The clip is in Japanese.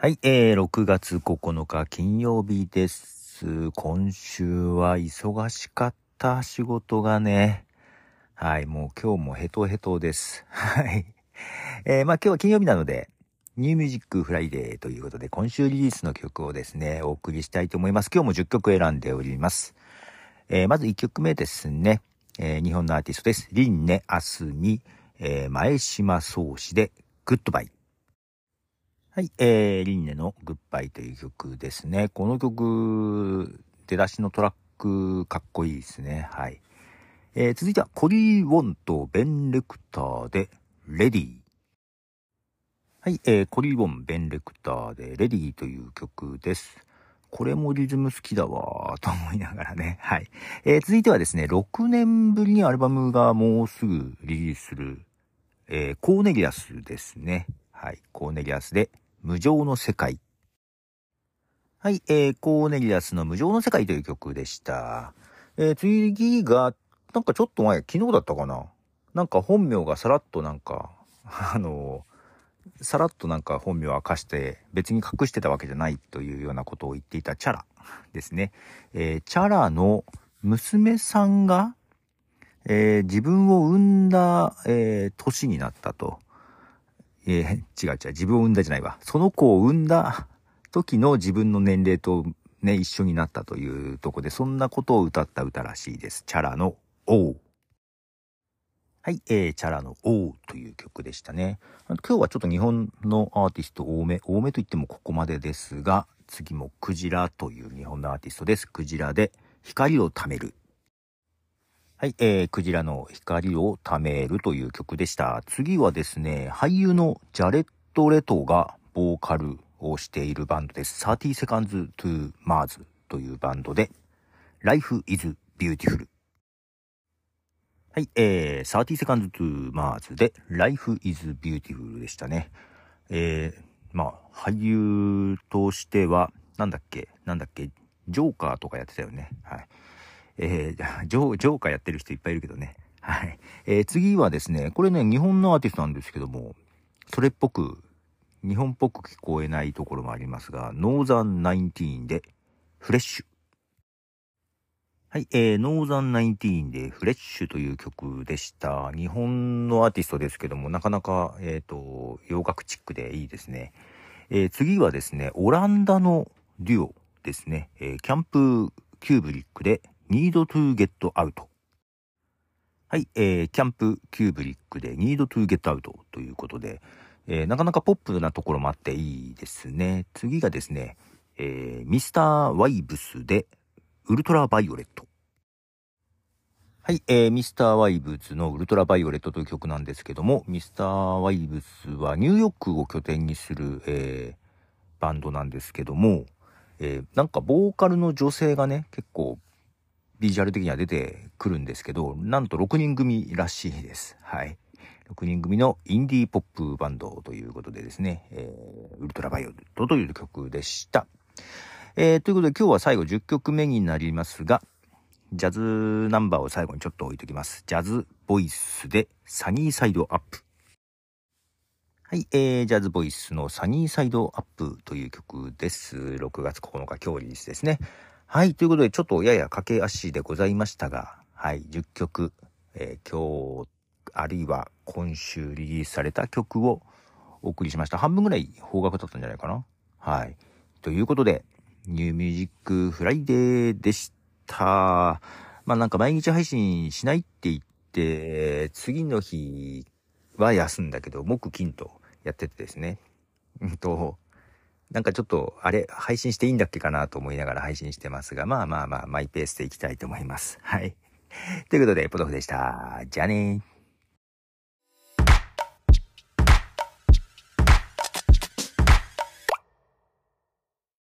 はい、6月9日金曜日です。今週は忙しかった、仕事がね。はい、もう今日もヘトヘトです。はい。今日は金曜日なので、ニューミュージックフライデーということで、今週リリースの曲をですね、お送りしたいと思います。今日も10曲選んでおります。まず1曲目ですね。日本のアーティストです。リンネ・アスミ、前島宗志でグッドバイ。はい、リンネのグッバイという曲ですね。この曲、出だしのトラックかっこいいですね。はい。続いてはコリー・ウォンとベン・レクターでレディー。はい、コリー・ウォン、ベン・レクターでレディーという曲です。これもリズム好きだわーと思いながらね。はい。続いてはですね、6年ぶりにアルバムがもうすぐリリースする、コーネリアスですね。はい。コーネリアスで無常の世界。はい、コーネリアスの無常の世界という曲でした。次が、なんかちょっと前、昨日だったかな。なんか本名がさらっとなんか、さらっとなんか本名を明かして、別に隠してたわけじゃないというようなことを言っていたチャラですね。チャラの娘さんが、自分を産んだ、年になったと。違う、自分を産んだじゃないわ。その子を産んだ時の自分の年齢とね、一緒になったというとこで、そんなことを歌った歌らしいです。チャラの王。はい、チャラの王という曲でしたね。今日はちょっと日本のアーティスト多めと言ってもここまでですが、次もクジラという日本のアーティストです。クジラで光を貯める。はい、クジラの光を貯めるという曲でした。次はですね、俳優のジャレット・レトがボーカルをしているバンドです。30 Seconds to Mars というバンドで Life is Beautiful。はい、30 Seconds to Mars で Life is Beautiful でしたね。俳優としては、なんだっけ、ジョーカーとかやってたよね。はい。ジョーカーやってる人いっぱいいるけどね。はい。次はですね、これね、日本のアーティストなんですけども、それっぽく、日本っぽく聞こえないところもありますが、ノーザン19でフレッシュ。はい、ノーザン19でフレッシュという曲でした。日本のアーティストですけども、なかなか、洋楽チックでいいですね。次はですね、オランダのデュオですね、キャンプキューブリックでNeed to Get Out。はい、キャンプキューブリックで Need to Get Out ということで、なかなかポップなところもあっていいですね。次がですね、ミスター・ワイブスでウルトラバイオレット。はい、ミスター・ワイブスのウルトラバイオレットという曲なんですけども、ミスター・ワイブスはニューヨークを拠点にする、バンドなんですけども、なんかボーカルの女性がね、結構ビジュアル的には出てくるんですけど、なんと6人組らしいです。はい。6人組のインディーポップバンドということでですね、ウルトラバイオレットという曲でした。ということで今日は最後10曲目になりますが、ジャズナンバーを最後にちょっと置いときます。ジャズボイスでサニーサイドアップ。はい、ジャズボイスのサニーサイドアップという曲です。6月9日今日リリースですね。はい、ということでちょっとやや駆け足でございましたが、はい、10曲、今日あるいは今週リリースされた曲をお送りしました。半分ぐらい邦楽だったんじゃないかな。はい。ということで、ニューミュージックフライデーでした。なんか毎日配信しないって言って、次の日は休んだけど、木金とやっててですね。なんかちょっと、配信していいんだっけかなと思いながら配信してますが、マイペースでいきたいと思います。はい。ということで、ポトフでした。じゃあねー。